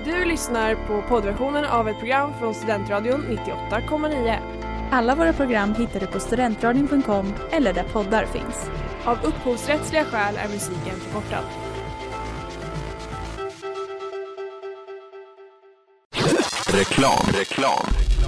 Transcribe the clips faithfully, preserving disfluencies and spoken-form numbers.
Du lyssnar på poddversionen av ett program från Studentradion nittioåtta komma nio. Alla våra program hittar du på studentradion punkt com eller där poddar finns. Av upphovsrättsliga skäl är musiken förkortad. Reklam, reklam.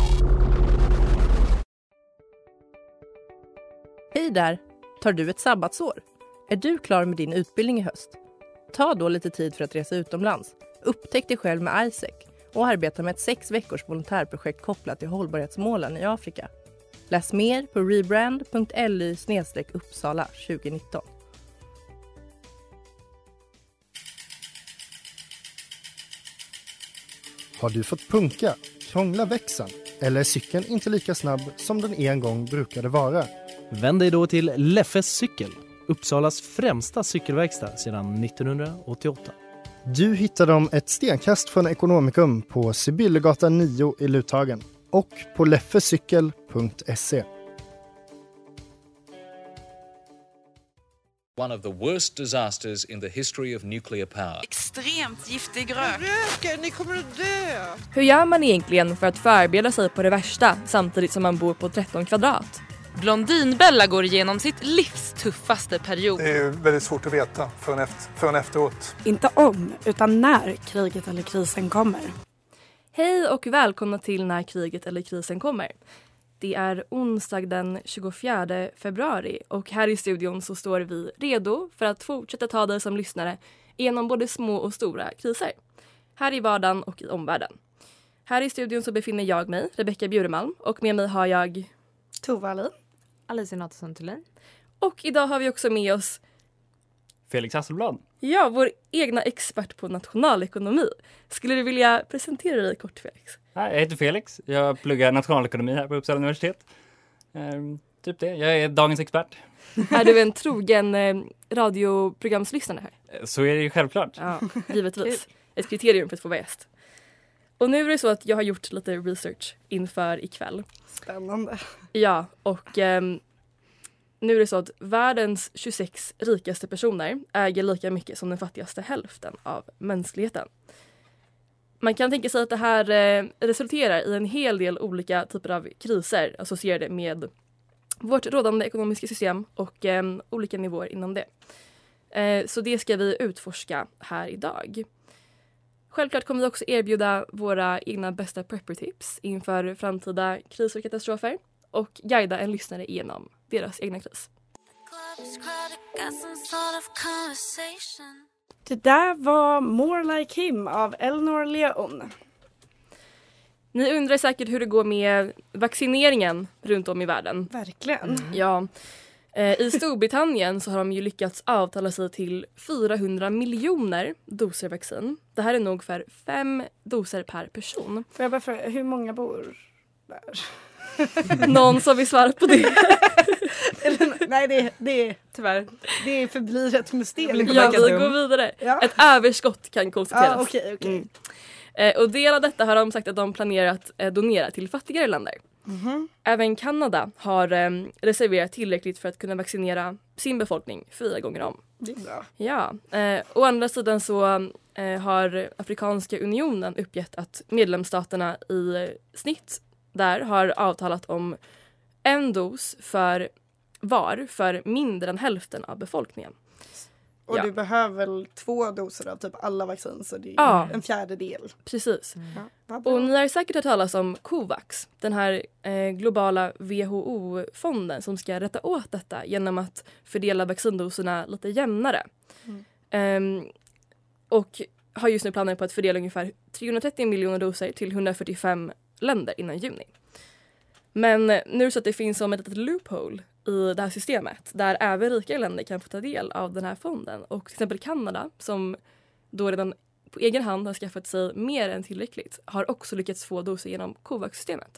Hej där! Tar du ett sabbatsår? Är du klar med din utbildning i höst? Ta då lite tid för att resa utomlands. Upptäck dig själv med Isaac och arbeta med ett sex veckors volontärprojekt kopplat till hållbarhetsmålen i Afrika. Läs mer på rebrand punkt l y snedstreck uppsala tjugonitton. Har du fått punka, krångla växeln eller är cykeln inte lika snabb som den en gång brukade vara? Vänd dig då till Leffes cykel, Uppsalas främsta cykelverkstad sedan nittonhundraåttioåtta. Du hittar dem ett stenkast från Ekonomikum på Sibyllegatan nio i Luthagen och på leffecykel punkt se. One of the worst disasters in the history of nuclear power. Extremt giftig rök. Röken, ni kommer att dö! Hur gör man egentligen för att förbereda sig på det värsta samtidigt som man bor på tretton kvadrat? Blondinbella går igenom sitt livs tuffaste period. Det är väldigt svårt att veta förrän, efter, förrän efteråt. Inte om, utan när kriget eller krisen kommer. Hej och välkomna till När kriget eller krisen kommer. Det är onsdag den tjugofjärde februari och här i studion så står vi redo för att fortsätta ta dig som lyssnare genom både små och stora kriser. Här i vardagen och i omvärlden. Här i studion så befinner jag mig, Rebecka Bjuremalm, och med mig har jag Tova Ali. Alice Nathsson Thulin. Och idag har vi också med oss Felix Hasselblad. Ja, vår egna expert på nationalekonomi. Skulle du vilja presentera dig kort, Felix? Ja, jag heter Felix. Jag pluggar nationalekonomi här på Uppsala universitet. Ehm, typ det. Jag är dagens expert. Är du en trogen eh, radioprogramslyssnare här? Så är det ju självklart. Ja, givetvis. Ett kriterium för att få vara gäst. Och nu är det så att jag har gjort lite research inför ikväll. Spännande. Ja, och eh, nu är det så att världens tjugosex rikaste personer äger lika mycket som den fattigaste hälften av mänskligheten. Man kan tänka sig att det här eh, resulterar i en hel del olika typer av kriser associerade med vårt rådande ekonomiska system och eh, olika nivåer inom det. Eh, så det ska vi utforska här idag. Självklart kommer vi också erbjuda våra egna bästa prepper-tips inför framtida kriser och katastrofer och guida en lyssnare igenom deras egna kris. Det där var More Like Him av Eleanor Leon. Ni undrar säkert hur det går med vaccineringen runt om i världen. Verkligen. Mm. Ja. I Storbritannien så har de ju lyckats avtala sig till fyrahundra miljoner doser vaccin. Det här är nog för fem doser per person. Får jag bara fråga, hur många bor där? Någon som vill svara på det? Eller, nej, det, det, tyvärr, det förblir ett mysterium. Ja, vi går vidare. Ja. Ett överskott kan konstateras. Ah, okay, okay. Mm. Eh, och del av detta har de sagt att de planerar att eh, donera till fattigare länder. Mm-hmm. Även Kanada har eh, reserverat tillräckligt för att kunna vaccinera sin befolkning fyra gånger om. Det är bra. Ja. Eh, å andra sidan så eh, har Afrikanska unionen uppgett att medlemsstaterna i snitt där har avtalat om en dos för var för mindre än hälften av befolkningen. Och ja. du behöver väl två doser av typ alla vaccin, så det är ja. en fjärdedel. Precis. Mm. Ja, och ni har säkert hört talas om COVAX, den här eh, globala W H O-fonden som ska rätta åt detta genom att fördela vaccindoserna lite jämnare. Mm. Ehm, och har just nu planer på att fördela ungefär trehundratrettio miljoner doser till hundrafyrtiofem länder innan juni. Men nu är det så att det finns som ett litet loophole i det här systemet där även rika länder kan få ta del av den här fonden. Och till exempel Kanada, som då redan på egen hand har skaffat sig mer än tillräckligt, har också lyckats få doser genom COVAX-systemet.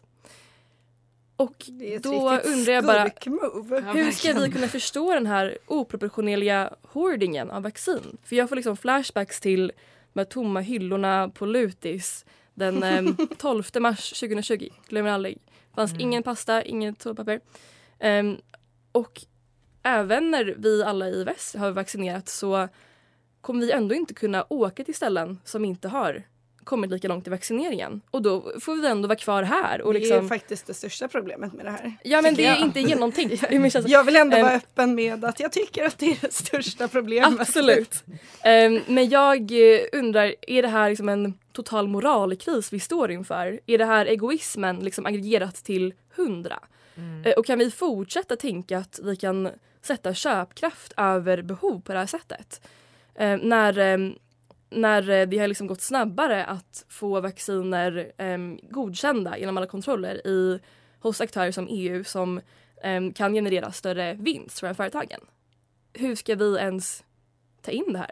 Och då undrar jag bara, hur ska vi kunna förstå den här oproportionerliga hoardingen av vaccin? För jag får liksom flashbacks till de här tomma hyllorna på Lutis den eh, tolfte mars tjugohundratjugo. Glömmer aldrig. Det fanns mm. ingen pasta, inget toapapper. Um, och även när vi alla i väst har vaccinerat så kommer vi ändå inte kunna åka till ställen som inte har kommit lika långt i vaccineringen. Och då får vi ändå vara kvar här. Och det liksom... är faktiskt det största problemet med det här. Ja, men det är jag. inte genomtänkt. Jag vill ändå um, vara öppen med att jag tycker att det är det största problemet. Absolut. um, men jag undrar, är det här liksom en total moralkris vi står inför? Är det här egoismen liksom aggregerat till hundra? Mm. Uh, och kan vi fortsätta tänka att vi kan sätta köpkraft över behov på det här sättet? Uh, när... Um, när det har liksom gått snabbare att få vacciner eh, godkända genom alla kontroller i, hos aktörer som E U som eh, kan generera större vinst för företagen. Hur ska vi ens ta in det här?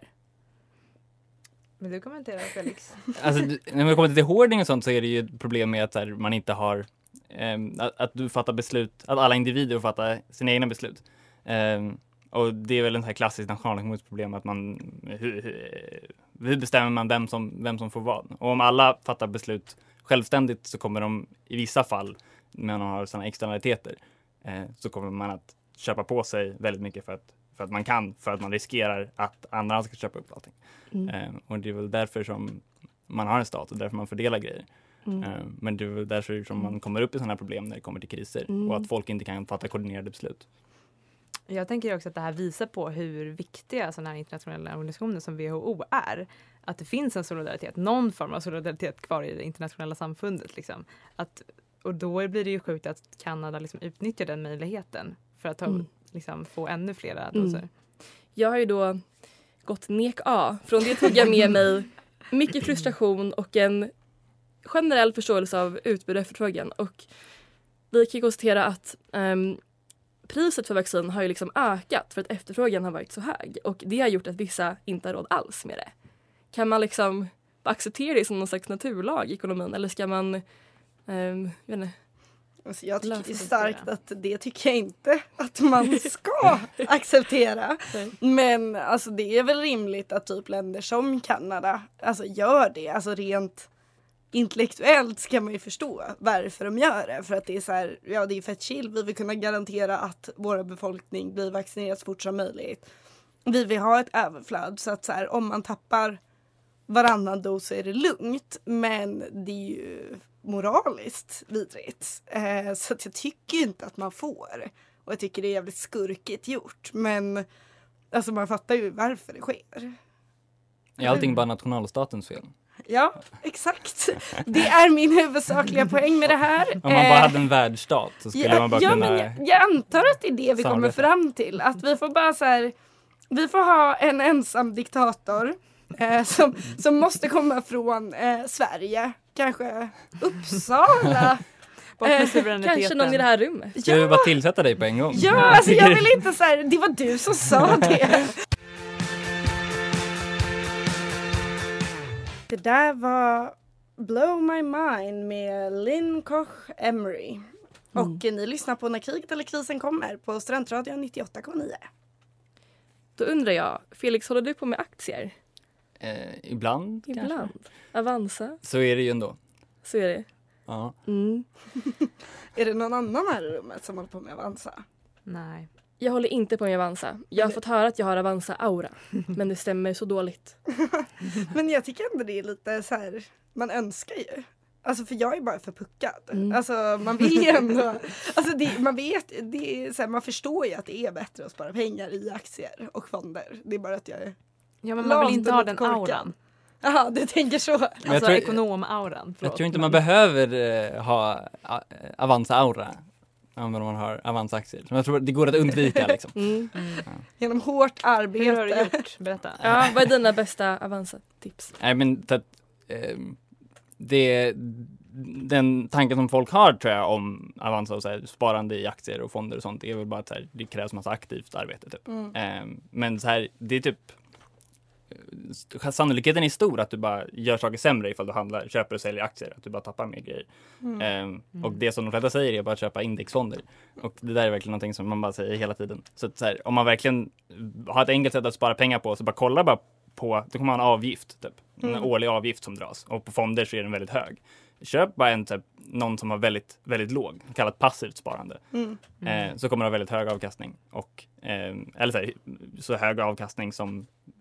Men du kommenterar, Felix. Alltså, när man kommer till hoarding och sånt så är det ju ett problem med att här, man inte har eh, att, att du fattar beslut, att alla individer fattar sina egna beslut. Eh, och det är väl en här klassisk nationalekonomiskt problem att man hur, hur, hur bestämmer man vem som, vem som får vad? Och om alla fattar beslut självständigt så kommer de i vissa fall, när man har sådana externaliteter, eh, så kommer man att köpa på sig väldigt mycket för att, för att man kan, för att man riskerar att andra ska köpa upp allting. Mm. Eh, och det är väl därför som man har en stat och därför man fördelar grejer. Mm. Eh, men det är väl därför som man kommer upp i sådana här problem när det kommer till kriser mm. och att folk inte kan fatta koordinerade beslut. Jag tänker också att det här visar på hur viktiga sådana här internationella organisationer som W H O är. Att det finns en solidaritet, någon form av solidaritet kvar i det internationella samfundet. Liksom. Att, och då blir det ju sjukt att Kanada liksom utnyttjar den möjligheten för att ta, mm. liksom, få ännu flera doser. Mm. Jag har ju då gått nek A. Från det tog jag med mig mycket frustration och en generell förståelse av utbud och efterfrågan. Och vi kan konstatera att um, priset för vaccin har ju liksom ökat för att efterfrågan har varit så hög. Och det har gjort att vissa inte har råd alls med det. Kan man liksom acceptera det som någon slags naturlag i ekonomin? Eller ska man... Um, jag vet inte, alltså jag tycker det är starkt att det tycker jag inte att man ska acceptera. Men alltså det är väl rimligt att typ länder som Kanada alltså gör det. Alltså rent intellektuellt ska man ju förstå varför de gör det. För att det är så här, ja det är fett chill. Vi vill kunna garantera att vår befolkning blir vaccinerad så fort som möjligt. Vi vill ha ett överflöd så att så här, om man tappar varannan dos så är det lugnt. Men det är ju moraliskt vidrigt. Eh, så att jag tycker inte att man får. Och jag tycker det är jävligt skurkigt gjort. Men alltså man fattar ju varför det sker. Är allting bara nationalstatens fel? Ja, exakt. Det är min huvudsakliga poäng med det här. Om man bara hade en världsstat så skulle ja, man bara ja, kunna... Men jag, jag antar att det är det vi samarbeta. kommer fram till. Att vi får bara så här... Vi får ha en ensam diktator eh, som, som måste komma från eh, Sverige. Kanske Uppsala. Eh, kanske någon i det här rummet. Ska vi bara tillsätta dig på en gång? Ja, alltså jag vill inte så här... Det var du som sa det. Det där var Blow My Mind med Lynn Koch Emery. Mm. Och ni lyssnar på När kriget eller krisen kommer på Studentradion nittioåtta komma nio. Då undrar jag, Felix, håller du på med aktier? Eh, ibland, Ibland. Kanske. Avanza? Så är det ju ändå. Så är det. Ja. Mm. Är det någon annan här i rummet som håller på med Avanza? Nej. Jag håller inte på med Avanza. Jag har fått höra att jag har Avanza-aura. Men det stämmer så dåligt. Men jag tycker ändå det är lite så här... Man önskar ju. Alltså för jag är bara förpuckad. Mm. Alltså man vill ju ändå... Alltså det, man vet... Det är så här, man förstår ju att det är bättre att spara pengar i aktier och fonder. Det är bara att jag är... Ja, men man vill inte ha den auran. Jaha, du tänker så. Alltså tror, ekonom-auran. Jag tror inte man behöver uh, ha uh, Avanza-aura. Om man har Avanza-aktier. Jag tror det går att undvika liksom. Mm. Mm. Ja. Genom hårt arbete. Hur har du gjort? Berätta. Ja, vad är dina bästa Avanza-tips? Nej, men att, eh, det den tanken som folk har tror jag om Avanza och så här, sparande i aktier och fonder och sånt är väl bara att så här, det krävs massa aktivt arbete typ. Mm. Eh, men så här, det är typ sannolikheten är stor att du bara gör saker sämre ifall du handlar, köper och säljer aktier, att du bara tappar mer grejer. Mm. Um, och det som de flesta säger är bara att köpa indexfonder. Och det där är verkligen någonting som man bara säger hela tiden. Så, att, så här, om man verkligen har ett enkelt sätt att spara pengar på så bara kolla bara på, då kommer man ha en avgift typ. En mm. årlig avgift som dras. Och på fonder så är den väldigt hög. Köp bara en typ, någon som har väldigt, väldigt låg, kallat passivt sparande. Mm. Mm. Eh, så kommer det ha väldigt hög avkastning. Och, eh, eller så, här, så hög avkastning som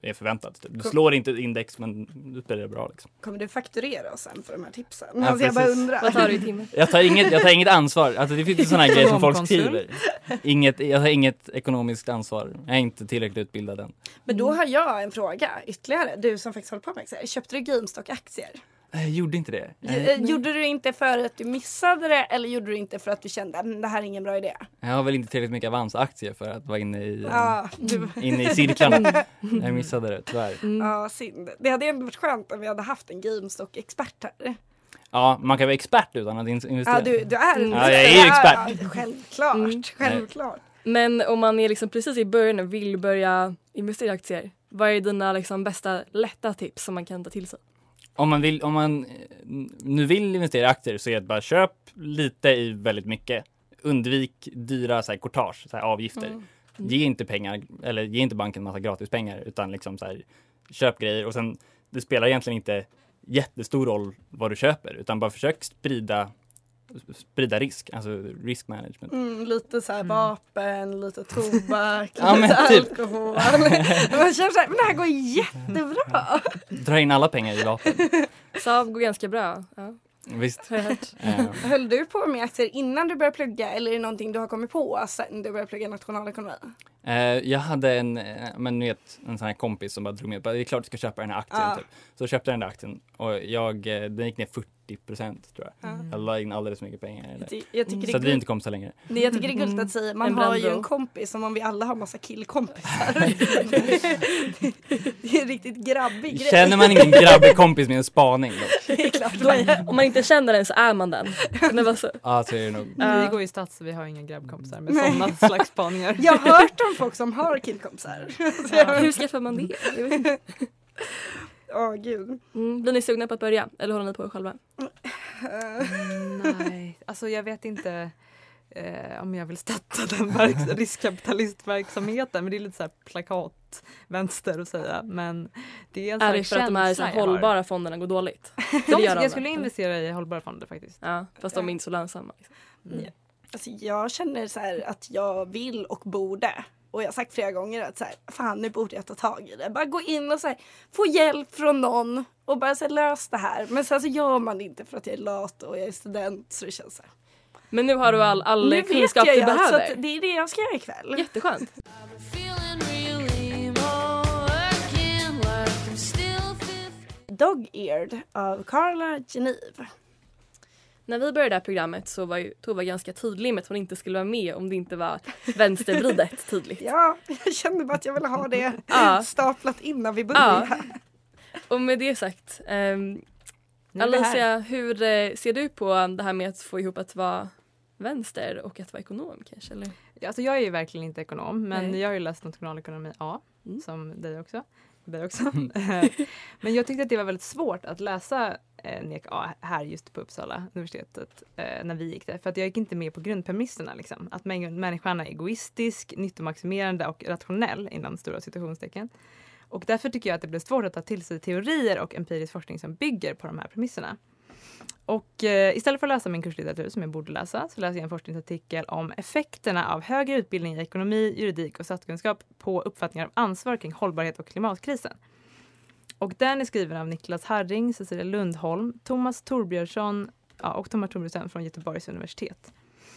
är förväntat. Du slår inte index, men du spelar bra. Liksom. Kommer du fakturera oss sen för de här tipsen? Ja, alltså jag bara undrar. Vad tar du i timmen? Jag tar inget, jag tar inget ansvar. Alltså, det finns ju sådana grejer som folk skriver. Inget, jag tar inget ekonomiskt ansvar. Jag är inte tillräckligt utbildad än. Men då har jag en fråga ytterligare. Du som faktiskt håller på med aktier. Köpte du GameStop-aktier? Jag gjorde inte det. J- gjorde du inte för att du missade det eller gjorde du inte för att du kände att det här är ingen bra idé? Jag har väl inte tillräckligt mycket Avanza-aktier för att vara inne i, ja, du... inne i cirklarna. Jag missade det, tyvärr. Mm. Ja, synd. Det hade ändå varit skönt om vi hade haft en GameStop-expert här. Ja, man kan vara expert utan att investera. Ja, du, du är, ja, jag är ju expert. Ja, självklart, mm. självklart. Men om man är liksom precis i början och vill börja investera i aktier, vad är dina liksom bästa lätta tips som man kan ta till sig? Om man, vill, om man nu vill investera i aktier så är det bara köp lite i väldigt mycket. Undvik dyra så här, courtage, så här, avgifter. Mm. Mm. Ge inte pengar, eller ge inte banken en massa gratis pengar utan liksom så här, köp grejer. Och sen, det spelar egentligen inte jättestor roll vad du köper utan bara försök sprida sprida risk, alltså risk management. Mm, lite så här mm. vapen, lite tobak, ja, lite men, typ. alkohol. Man känner så här, men det här går jättebra. Dra in alla pengar i vapen. Saab går ganska bra. Ja. Visst. uh. Höll du på med aktier innan du började plugga eller är det någonting du har kommit på sen du började plugga nationalekonomi? Uh, jag hade en, men nu vet, en sån här kompis som bara drog med på det är klart du ska köpa den här aktien. Uh. Typ. Så köpte jag den där aktien och jag, den gick ner fyrtio procent tror jag. Mm. Jag la in alldeles för mycket pengar i det. Jag tycker så det att vi inte kom så längre. Det jag tycker det är gulligt att säga. Man har ju en kompis som om vi alla har massa killkompisar. Det är en riktigt grabbig grej. Känner man ingen grabbig kompis med en spaning då? Det är klart. Då, om man inte känner den så är man den. Det var så. Ja, så är det nog. Uh. Vi går ju stats så vi har inga grabbkompisar med sådana slags spaningar. Jag har hört om folk som har killkompisar. Ja. Hur skaffar man det? Jag vet inte. Åh, oh, gud. Mm, blir ni sugna på att börja? Eller håller ni på er själva? Mm, nej, alltså jag vet inte eh, om jag vill starta den verk- riskkapitalistverksamheten. Men det är lite så här plakat vänster att säga. Men det är en är det för att de här så här hållbara har. fonderna går dåligt? de, jag skulle investera i hållbara fonder faktiskt. Ja, fast de är inte så lönsamma. Liksom. Mm. Ja. Alltså, jag känner så här att jag vill och borde. Och jag har sagt flera gånger att så här, fan nu borde jag ta tag i det. Bara gå in och så här, få hjälp från någon och bara så här, lös det här. Men sen så gör man det inte för att jag är lat och jag är student så det känns så här. Men nu har du all, all nu kunskap vet jag, du ja, behöver. Så att det är det jag ska göra ikväll. Jätteskönt. Dog-Eared av Carla Geneve. När vi började det här programmet så var ju Tova ganska tydlig med att hon inte skulle vara med om det inte var vänstervridet tydligt. Ja, jag kände bara att jag ville ha det ja. staplat innan vi började. Ja. Och med det sagt, um, Alicia, hur uh, ser du på det här med att få ihop att vara vänster och att vara ekonom kanske? Eller? Ja, alltså jag är ju verkligen inte ekonom, men Nej. jag har ju läst nationalekonomi A, mm. som dig också. Dig också. Men jag tyckte att det var väldigt svårt att läsa eh, N E K A här just på Uppsala universitetet eh, när vi gick där. För att jag gick inte med på grundpremisserna. Liksom. Att människan är egoistisk, nyttomaximerande och rationell inom stora situationstecken. Och därför tycker jag att det blev svårt att ta till sig teorier och empirisk forskning som bygger på de här premisserna. Och eh, istället för att läsa min kurslitteratur som jag borde läsa så läser jag en forskningsartikel om effekterna av högre utbildning i ekonomi, juridik och statskunskap på uppfattningar av ansvar kring hållbarhet och klimatkrisen. Och den är skriven av Niklas Harring, Cecilia Lundholm, Thomas Torbjörnsson ja, och Thomas Torbjörnsson från Göteborgs universitet.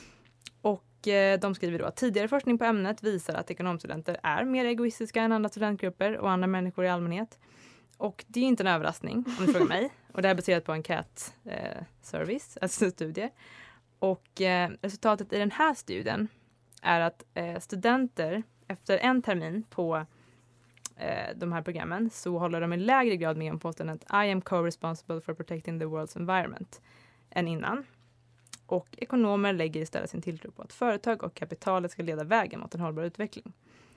Och eh, de skriver då att tidigare forskning på ämnet visar att ekonomstudenter är mer egoistiska än andra studentgrupper och andra människor i allmänhet. Och det är inte en överraskning om du frågar mig. Och det här är baserat på en enkät eh, service, alltså studier. Och eh, resultatet i den här studien är att eh, studenter efter en termin på eh, de här programmen så håller de i lägre grad med om påståendet I am co-responsible for protecting the world's environment än innan. Och ekonomer lägger istället sin tilltro på att företag och kapitalet ska leda vägen mot en hållbar utveckling.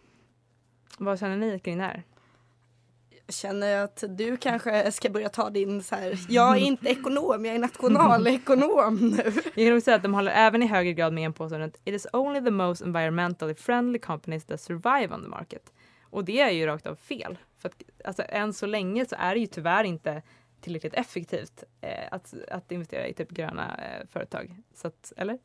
Vad känner ni kring det här? Jag känner att du kanske ska börja ta din så här, jag är inte ekonom, jag är nationalekonom nu. Jag kan säga att de håller även i högre grad med en påstående it is only the most environmentally friendly companies that survive on the market. Och det är ju rakt av fel. För att alltså, än så länge så är det ju tyvärr inte tillräckligt effektivt eh, att, att investera i typ gröna eh, företag. Så att, eller?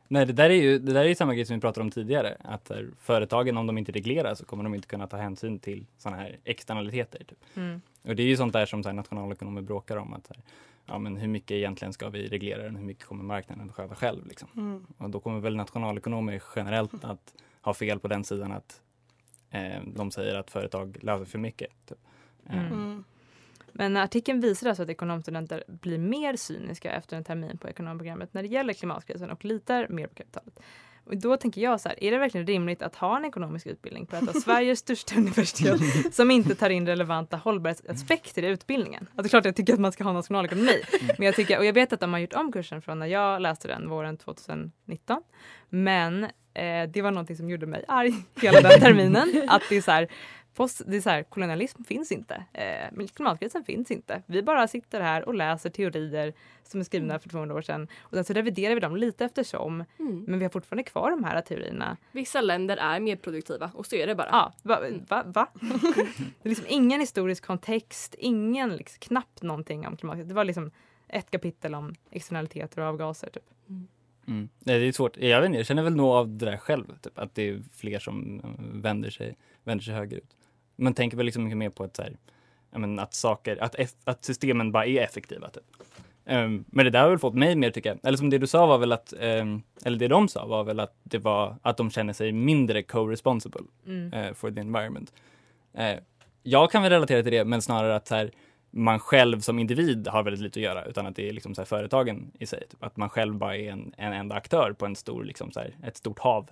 Nej, det där är ju det där är ju samma grej som vi pratade om tidigare. Att här, företagen, om de inte reglerar så kommer de inte kunna ta hänsyn till sådana här externaliteter. Typ. Mm. Och det är ju sånt där som så här, nationalekonomer bråkar om. Att, här, ja, men hur mycket egentligen ska vi reglera den? Hur mycket kommer marknaden att sköta själv? Liksom? Mm. Och då kommer väl nationalekonomer generellt att ha fel på den sidan att eh, de säger att företag löser för mycket. Typ. Mm. Mm. Men artikeln visar alltså att ekonomstudenter blir mer cyniska efter en termin på ekonomprogrammet när det gäller klimatkrisen och litar mer på kapitalet. Och då tänker jag så här, är det verkligen rimligt att ha en ekonomisk utbildning på ett av Sveriges största universitet som inte tar in relevanta hållbarhetsaspekter i utbildningen? Alltså, det är klart jag tycker att man ska ha nationalekonomi. Men jag tycker, och jag vet att de har gjort om kursen från när jag läste den våren tjugonitton. Men eh, det var någonting som gjorde mig arg hela den terminen. Att det är så här, post, det är så här, kolonialism finns inte. Eh, klimatkrisen finns inte. Vi bara sitter här och läser teorier som är skrivna mm. för tvåhundra år sedan. Och sen så reviderar vi dem lite eftersom. Mm. Men vi har fortfarande kvar de här teorierna. Vissa länder är mer produktiva och så är det bara. Ja, va? va, va? Det är liksom ingen historisk kontext. Ingen, liksom, knappt någonting om klimatkrisen. Det var liksom ett kapitel om externaliteter och avgaser typ. Mm. Mm. Det är svårt. Jag vet inte, jag känner väl nog av det där själv. Typ, att det är fler som vänder sig, vänder sig högerut. Man tänker väl liksom mycket mer på att, så här, men, att, saker, att, eff, att systemen bara är effektiva. Typ. Um, men det där har väl fått mig mer tycker jag. Eller som det du sa var väl att, um, eller det de sa var väl att det var att de känner sig mindre co-responsible mm. uh, for the environment. Uh, jag kan väl relatera till det, men snarare att så här, man själv som individ har väldigt lite att göra, utan att det är liksom så här företagen i sig. Typ. Att man själv bara är en, en enda aktör på en stor, liksom så här, ett stort hav.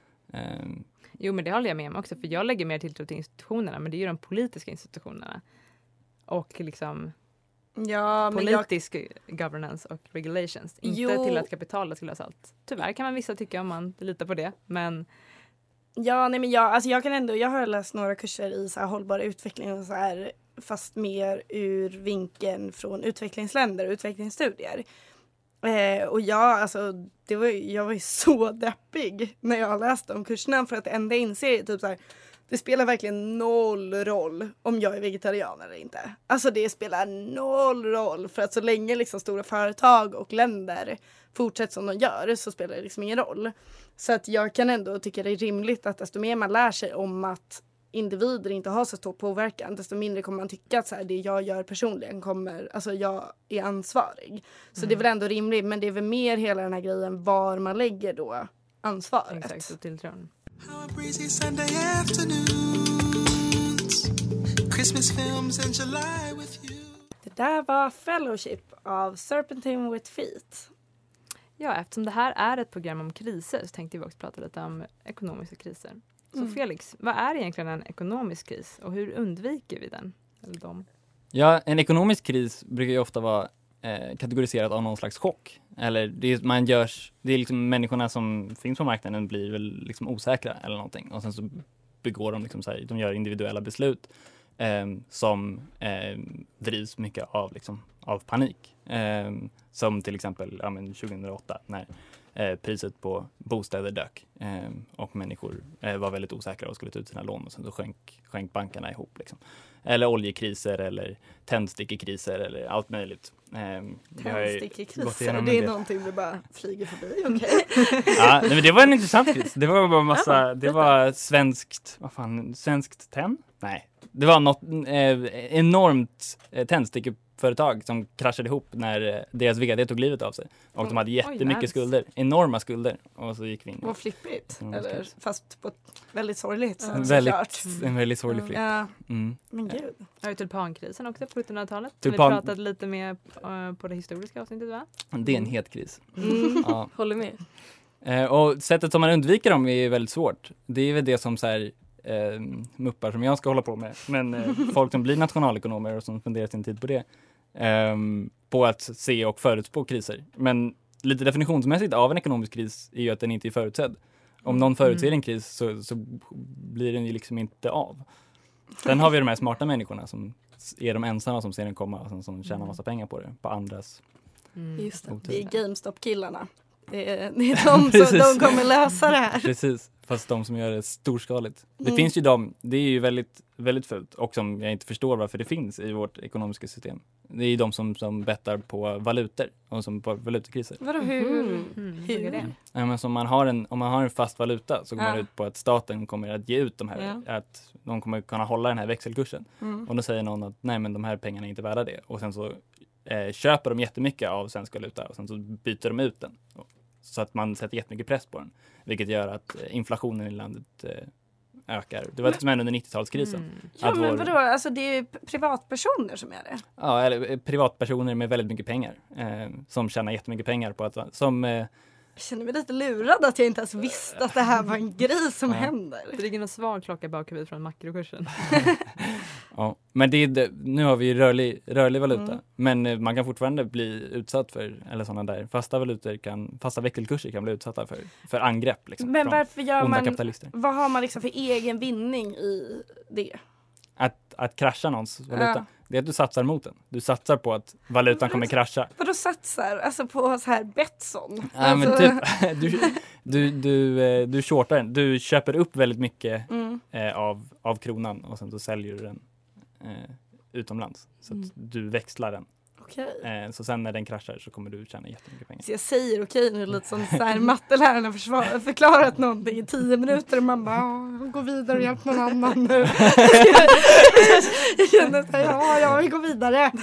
Um, Jo, men det håller jag med om också. För jag lägger mer tilltro till institutionerna. Men det är ju de politiska institutionerna. Och liksom ja, men politisk jag... governance och regulations. Inte jo. till att kapitalet ska lösa allt. Tyvärr kan man vissa tycka om man litar på det. Men ja, nej men jag, alltså jag kan ändå, jag har läst några kurser i så här hållbar utveckling och så här, fast mer ur vinkeln från utvecklingsländer och utvecklingsstudier. Eh, och jag, alltså, det var, jag var ju så deppig när jag läste om kurserna, för att det enda jag inser är typ så här, det spelar verkligen noll roll om jag är vegetarian eller inte. Alltså det spelar noll roll, för att så länge liksom stora företag och länder fortsätter som de gör så spelar det liksom ingen roll. Så att jag kan ändå tycka det är rimligt att desto mer man lär sig om att individer inte har så stor påverkan, desto mindre kommer man tycka att så här, det jag gör personligen kommer, alltså jag är ansvarig. Så mm. det är väl ändå rimligt, men det är väl mer hela den här grejen var man lägger då ansvaret. Exakt, och tilltron. Det där var Fellowship av Serpentine with Feet. Ja, eftersom det här är ett program om kriser så tänkte vi också prata lite om ekonomiska kriser. Så mm. Felix, vad är egentligen en ekonomisk kris och hur undviker vi den? Eller dem? Ja, en ekonomisk kris brukar ju ofta vara eh, kategoriserat av någon slags chock. Eller det är, man görs, det är liksom människorna som finns på marknaden blir väl liksom osäkra eller någonting. Och sen så begår de liksom så här, de gör individuella beslut eh, som eh, drivs mycket av, liksom, av panik. Eh, som till exempel ja, men tjugohundraåtta när Eh, priset på bostäder dök eh, och människor eh, var väldigt osäkra och skulle ta ut sina lån och sen så sjönk, sjönk bankerna ihop. Liksom. Eller oljekriser eller tändstickekriser eller allt möjligt. Eh, tändstickekriser, det är någonting vi bara flyger förbi. Okay. Ja, nej, men det var en intressant kris. Det var bara massa, det var svenskt, vad fan, svenskt tenn? Nej, det var något eh, enormt eh, tändstickeföretag som kraschade ihop när deras vd tog livet av sig. Och de hade jättemycket Oj, skulder, enorma skulder. Och så gick vi in. Vad flippigt, mm, eller fast på ett väldigt sorgligt sätt. Mm. Väldigt, en väldigt sorglig flipp. Ja. Mm. Men gud. Jag har ju tulpankrisen också på sjuttonhundratalet. Tulpan... Vi pratade lite mer uh, på det historiska avsnittet, va? Det är en het kris. Mm. Ja. Håller med. Eh, och sättet som man undviker dem är väldigt svårt. Det är väl det som så här eh, muppar som jag ska hålla på med. Men eh, folk som blir nationalekonomer och som spenderar sin tid på det. Eh, på att se och förutspå kriser. Men lite definitionsmässigt av en ekonomisk kris är ju att den inte är förutsedd. Om någon förutser mm. en kris så, så blir den ju liksom inte av. Sen har vi de här smarta människorna som är de ensamma som ser den komma och som, som tjänar massa pengar på det. På andras. Mm. Just det, det är GameStop-killarna. Det är, det är de som de kommer lösa det här. Precis, fast de som gör det storskaligt. Det mm. finns ju de, det är ju väldigt väldigt fult och som jag inte förstår varför det finns i vårt ekonomiska system. Det är ju de som, som bettar på valutor och som på valutakriser. Vadå, hur? Mm. Mm. Hur är det? Ja, men som man har en, om man har en fast valuta så går Ja. man ut på att staten kommer att ge ut de här, Ja. att de kommer kunna hålla den här växelkursen. Mm. Och då säger någon att nej, men de här pengarna är inte värda det. Och sen så eh, köper de jättemycket av svensk valuta och sen så byter de ut den. Så att man sätter jättemycket press på den. Vilket gör att eh, inflationen i landet eh, ökar. Det var det som hände under nittiotalskrisen. Mm. Ja, att men vår, vadå? Alltså det är ju p- privatpersoner som gör det. ja, eller eh, privatpersoner med väldigt mycket pengar. Eh, som tjänar jättemycket pengar på att, som eh, Jag känner mig lite lurad att jag inte ens visste att det här var en grej som Ja. händer. Det ligger någon svag klocka bakhuvudet från makrokursen. ja, men det är, det- nu har vi ju rörlig, rörlig valuta. Mm. Men eh, man kan fortfarande bli utsatt för, eller sådana där fasta valutor kan, fasta växelkurser kan bli utsatta för, för angrepp liksom, Men från varför gör onda man, kapitalister. vad har man liksom för egen vinning i det? Att, att krascha någons valuta, Ja. det är att du satsar mot den. Du satsar på att valutan kommer krascha. Vadå satsar? Alltså på så här Betsson? Ja, men alltså... typ, du, du, du, eh, du shortar den. Du köper upp väldigt mycket Mm. eh, av, av kronan och sen så säljer du den eh, utomlands. Så Mm. att du växlar den. Okej. Eh, så sen när den kraschar så kommer du tjäna jättemycket pengar. Så jag säger okej nu lite som så här matteläraren har försvar- förklarat någonting i tio minuter och man bara "Ja, gå vidare och hjälp någon annan nu." Jag känner så här, ja, ja, vi går vidare.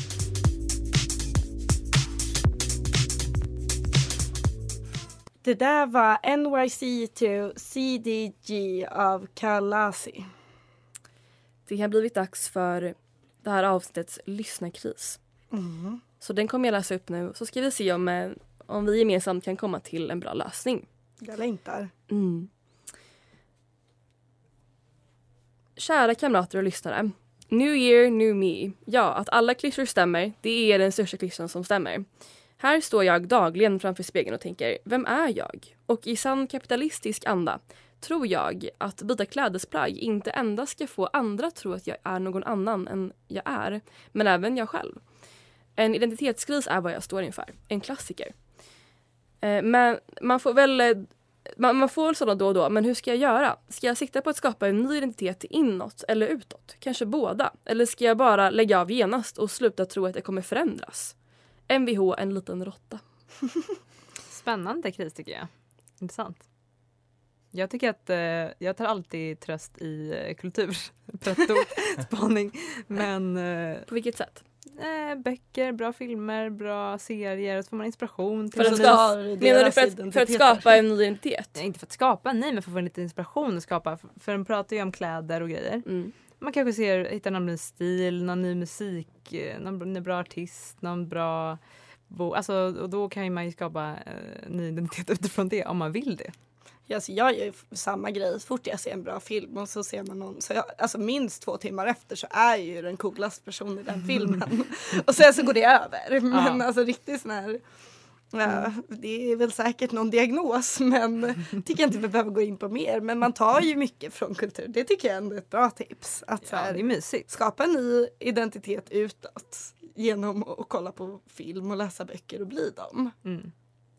Det där var N Y C to C D G av Kalasi. Det har blivit dags för det här avsnittets lyssnarkris. Mm. Så den kommer jag läsa upp nu. Så ska vi se om, eh, om vi gemensamt kan komma till en bra lösning. Jag längtar. Mm. Kära kamrater och lyssnare. New year, new me. Ja, att alla klyschor stämmer, det är den största klyschan som stämmer. Här står jag dagligen framför spegeln och tänker, vem är jag? Och i sann kapitalistisk anda tror jag att byta klädesplagg inte endast ska få andra tro att jag är någon annan än jag är, men även jag själv. En identitetskris är vad jag står inför. En klassiker. Eh, men man får väl eh, man, man får sådana då och då, men hur ska jag göra? Ska jag sikta på att skapa en ny identitet inåt eller utåt? Kanske båda. Eller ska jag bara lägga av genast och sluta tro att det kommer förändras? M V H, en liten råtta. Spännande kris tycker jag. Intressant. Jag tycker att eh, jag tar alltid tröst i eh, kultur. Pretto, spaning. Men... Eh, På vilket sätt? Eh, böcker, bra filmer, bra serier. Så får man inspiration. Till För att, ska, menar du för att, för att skapa en ny identitet? Nej, inte för att skapa, nej, men för att få lite inspiration att skapa. För, för de pratar ju om kläder och grejer. Mm. Man kanske ser, hittar någon ny stil, någon ny musik, någon, någon bra artist, någon bra bo. Alltså, och då kan ju man ju skapa eh, ny identitet utifrån det om man vill det. Ja, alltså jag gör ju samma grej så fort jag ser en bra film och så ser man någon, så jag, alltså minst två timmar efter så är ju den coolaste personen i den filmen. Och sen så går det över. Men Ja. alltså riktigt sån här, ja, det är väl säkert någon diagnos, men tycker jag inte vi behöver gå in på mer. Men man tar ju mycket från kultur. Det tycker jag ändå är ett bra tips. Att så här, Ja, det är mysigt. skapa en ny identitet utåt genom att kolla på film och läsa böcker och bli dem. Mm.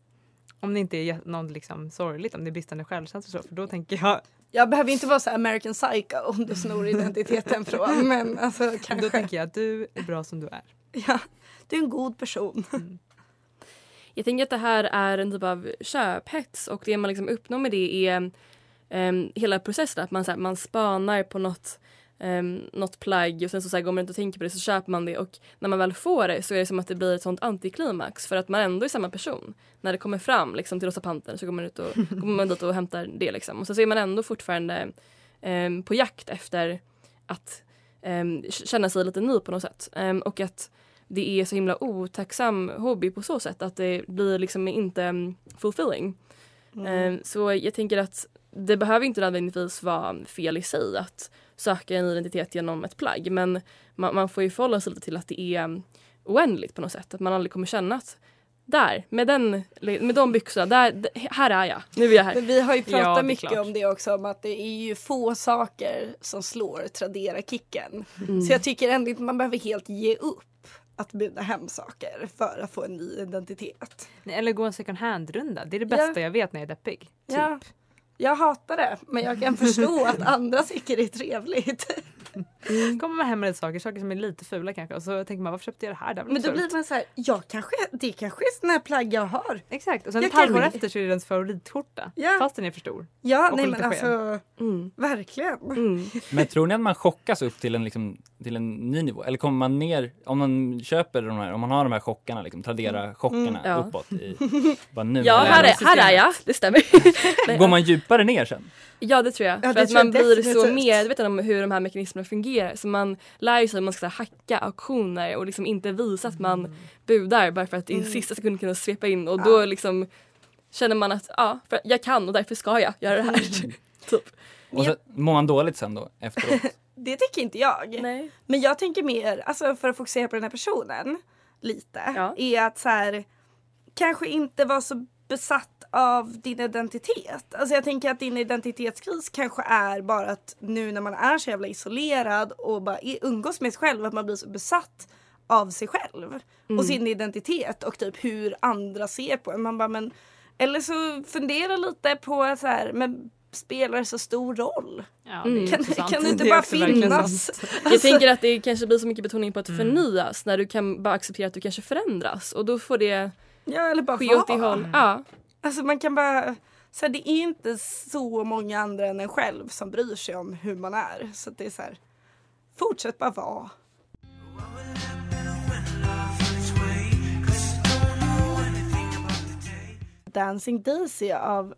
Om det inte är något liksom sorgligt, om det är bristande självkänsla så, för då tänker jag... Jag behöver inte vara så American Psycho om du snor identiteten från, men alltså kanske... Då tänker jag att du är bra som du är. Ja, du är en god person. Mm. Jag tänker att det här är en typ av köphets och det man liksom uppnår med det är um, hela processen. Att man, så här, man spanar på något, um, något plagg och sen så, så här, går man inte och tänker på det så köper man det. Och när man väl får det så är det som att det blir ett sånt antiklimax för att man ändå är samma person. När det kommer fram liksom, till Rosa Pantern så går man, ut och, går man dit och hämtar det. Liksom. Och så är man ändå fortfarande um, på jakt efter att um, känna sig lite ny på något sätt. Um, och att det är så himla otacksam hobby på så sätt att det blir liksom inte um, fulfilling. Mm. Um, så jag tänker att det behöver inte nödvändigtvis vara fel i sig att söka en identitet genom ett plagg. Men man, man får ju förhålla sig lite till att det är um, oändligt på något sätt. Att man aldrig kommer känna att där, med, den, med de byxorna, där, här är jag. Nu är jag här. Men vi har ju pratat Ja, mycket klart. om det också, om att det är ju få saker som slår Tradera-kicken. Mm. Så jag tycker ändå inte man behöver helt ge upp att bjuda hem saker för att få en ny identitet. Nej, eller gå en second hand-runda. Det är det bästa Ja. jag vet när jag är deppig. Typ. Ja, jag hatar det, men jag kan förstå att andra tycker det är trevligt. Mm. Kommer man hem med saker, saker som är lite fula kanske. Och så tänker man, varför köpte jag det här? Det men då blir man så här, ja kanske, det kanske är sån här plagg jag har. Exakt, och sen jag ett halvår efter så är det ens favoritskjorta. Ja. Fast den är för stor. Ja, nej men alltså, mm. verkligen. Mm. Men tror ni att man chockas upp till en, liksom, till en ny nivå? Eller kommer man ner, om man köper de här, om man har de här chockarna, liksom, Tradera-chockarna mm. ja. uppåt i, bara nu ja, här är, här är jag, det stämmer. Går man djupare ner sen? Ja, det tror jag. Ja, för att man blir definitivt. så medveten om hur de här mekanismerna fungerar. Så man lär sig att man ska hacka auktioner och liksom inte visa att man budar bara för att i mm. sista sekund kunna svepa in. Och ja. då liksom känner man att ja, för jag kan och därför ska jag göra det här. typ. Och så mår man dåligt sen då efteråt? Det tycker inte jag. Nej. Men jag tänker mer, alltså för att fokusera på den här personen lite, ja. är att så här, kanske inte vara så besatt av din identitet. Alltså jag tänker att din identitetskris kanske är bara att nu när man är så jävla isolerad och bara umgås med sig själv, att man blir så besatt av sig själv mm. och sin identitet och typ hur andra ser på en. Man bara, men, eller så fundera lite på så här, men spelar det så stor roll? Ja, mm. kan, kan det inte det bara finnas? Alltså, jag tänker att det kanske blir så mycket betoning på att mm. förnyas när du kan bara acceptera att du kanske förändras och då får det ja, eller bara ske åt det håll. Mm. Ja. Alltså man kan bara, så här, det är inte så många andra än en själv som bryr sig om hur man är. Så det är så här, fortsätt bara vara. Dancing Daisy av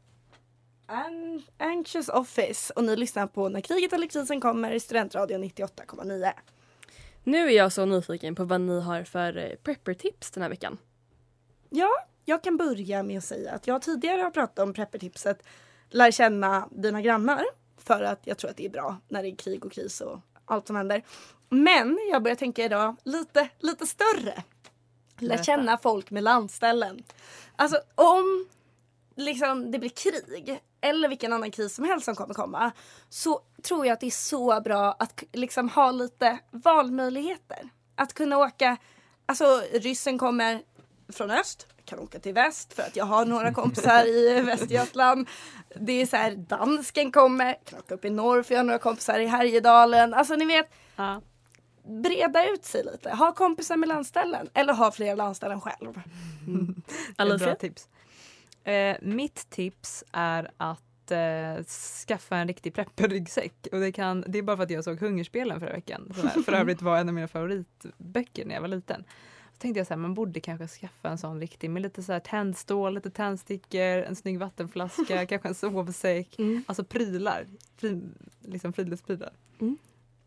An- Anxious Office. Och ni lyssnar på När kriget eller krisen kommer i Studentradion nittioåtta komma nio. Nu är jag så nyfiken på vad ni har för prepper-tips den här veckan. Ja, jag kan börja med att säga att jag tidigare har pratat om prepper-tipset lär känna dina grannar. För att jag tror att det är bra när det är krig och kris och allt som händer. Men jag börjar tänka idag lite, lite större. Lär känna folk med landställen. Alltså om liksom, det blir krig eller vilken annan kris som helst som kommer komma, så tror jag att det är så bra att liksom ha lite valmöjligheter. Att kunna åka, alltså ryssen kommer från öst, kan åka till väst för att jag har några kompisar i Västergötland. Det är så här, dansken kommer, kan åka upp i norr för jag har några kompisar i Härjedalen. Alltså ni vet, ja. breda ut sig lite. Ha kompisar med landställen eller ha flera landställen själv. Mm. Alicia? Bra tips. Eh, mitt tips är att eh, skaffa en riktig prepper-ryggsäck. Och det, kan, det är bara för att jag såg Hungerspelen förra veckan. Som för övrigt var en av mina favoritböcker när jag var liten. Så tänkte jag så här, man borde kanske skaffa en sån riktig med lite så här tändstål, lite tändstickor, en snygg vattenflaska, kanske en sovsäck. Mm. Alltså prylar. Fri, liksom friluftsprylar. Mm.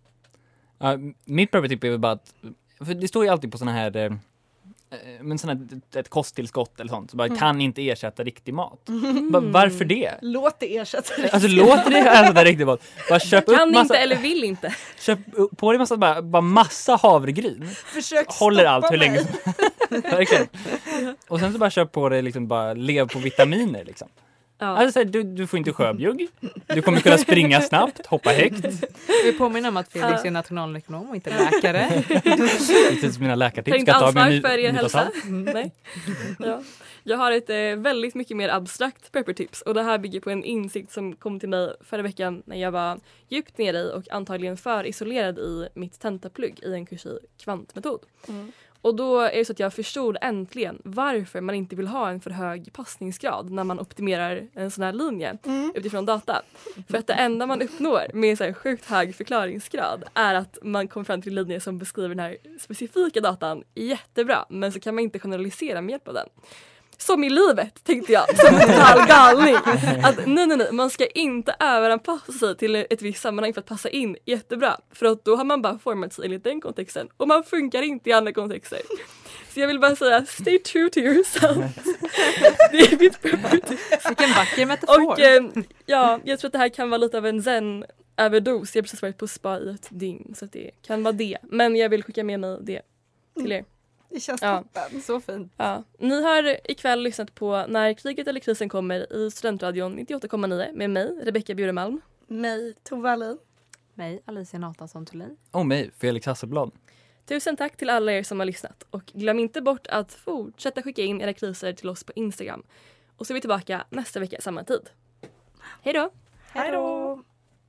Uh, mitt prepper-tip är bara att, för det står ju alltid på såna här eh, men såna här, ett kosttillskott eller sånt så bara mm. kan inte ersätta riktig mat. Mm. Bara, varför det? Låt det ersätta riktig. Alltså låt det ersätta riktig mat. Bara köp kan upp massa, inte eller vill inte. Köp på dig massa bara, bara massa havregryn. Försök håller allt hur mig. länge som verkligen. Och sen så bara köp på dig liksom bara lev på vitaminer liksom. Ja. Alltså, du, du får inte sjöbjugg. Du kommer kunna springa snabbt, hoppa högt. Vi påminner om att Felix är nationalekonom och inte läkare. Inte som mina läkartips. Tänk ansvar för er hälsa. Nej. Ja. Jag har ett eh, väldigt mycket mer abstrakt prepper-tips. Och det här bygger på en insikt som kom till mig förra veckan när jag var djupt nere i och antagligen för isolerad i mitt tentaplugg i en kurs i kvantmetod. Mm. Och då är det så att jag förstod äntligen varför man inte vill ha en för hög passningsgrad när man optimerar en sån här linje mm. utifrån data. För att det enda man uppnår med så här sjukt hög förklaringsgrad är att man kommer fram till en linje som beskriver den här specifika datan jättebra, men så kan man inte generalisera med hjälp av den. Som i livet, tänkte jag, som en total galning. Att nej, nej, nej, man ska inte överanpassa sig till ett visst sammanhang för att passa in jättebra. För att då har man bara format sig enligt den kontexten. Och man funkar inte i andra kontexter. Så jag vill bara säga, stay true to yourself. Det är mitt prepper-tips. Vilken vacker metafor. Och eh, ja, jag tror att det här kan vara lite av en zen-överdos. Jag har precis varit på spa i ett dygn, så att det kan vara det. Men jag vill skicka med mig det till er. Det känns ja. toppen. Så fint. Ja. Ni har ikväll lyssnat på När kriget eller krisen kommer i Studentradion nittioåtta komma nio med mig, Rebecka Bjuremalm. Mig, Tove Alin. Mig, Alicia Nathansson Thulin. Och mig, Felix Hasselblad. Tusen tack till alla er som har lyssnat. Och glöm inte bort att fortsätta skicka in era kriser till oss på Instagram. Och så är vi tillbaka nästa vecka samma tid. Hej då! Hej då!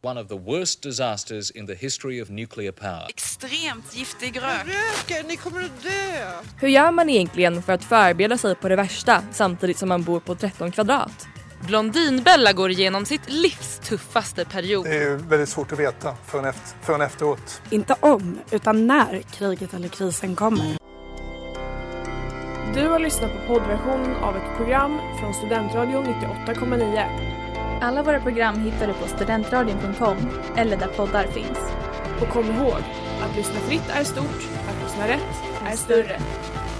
One of the worst disasters in the history of nuclear power. Extremt giftig rök. Röken, ni kommer att dö. Hur gör man egentligen för att förbereda sig på det värsta samtidigt som man bor på tretton kvadrat? Blondinbella går igenom sitt livs tuffaste period. Det är väldigt svårt att veta förrän, efter, förrän efteråt. Inte om, utan när kriget eller krisen kommer. Du har lyssnat på poddversionen av ett program från Studentradion nittioåtta komma nio. Alla våra program hittar du på studentradion punkt com eller där poddar finns. Och kom ihåg, att lyssna fritt är stort, att lyssna rätt är större.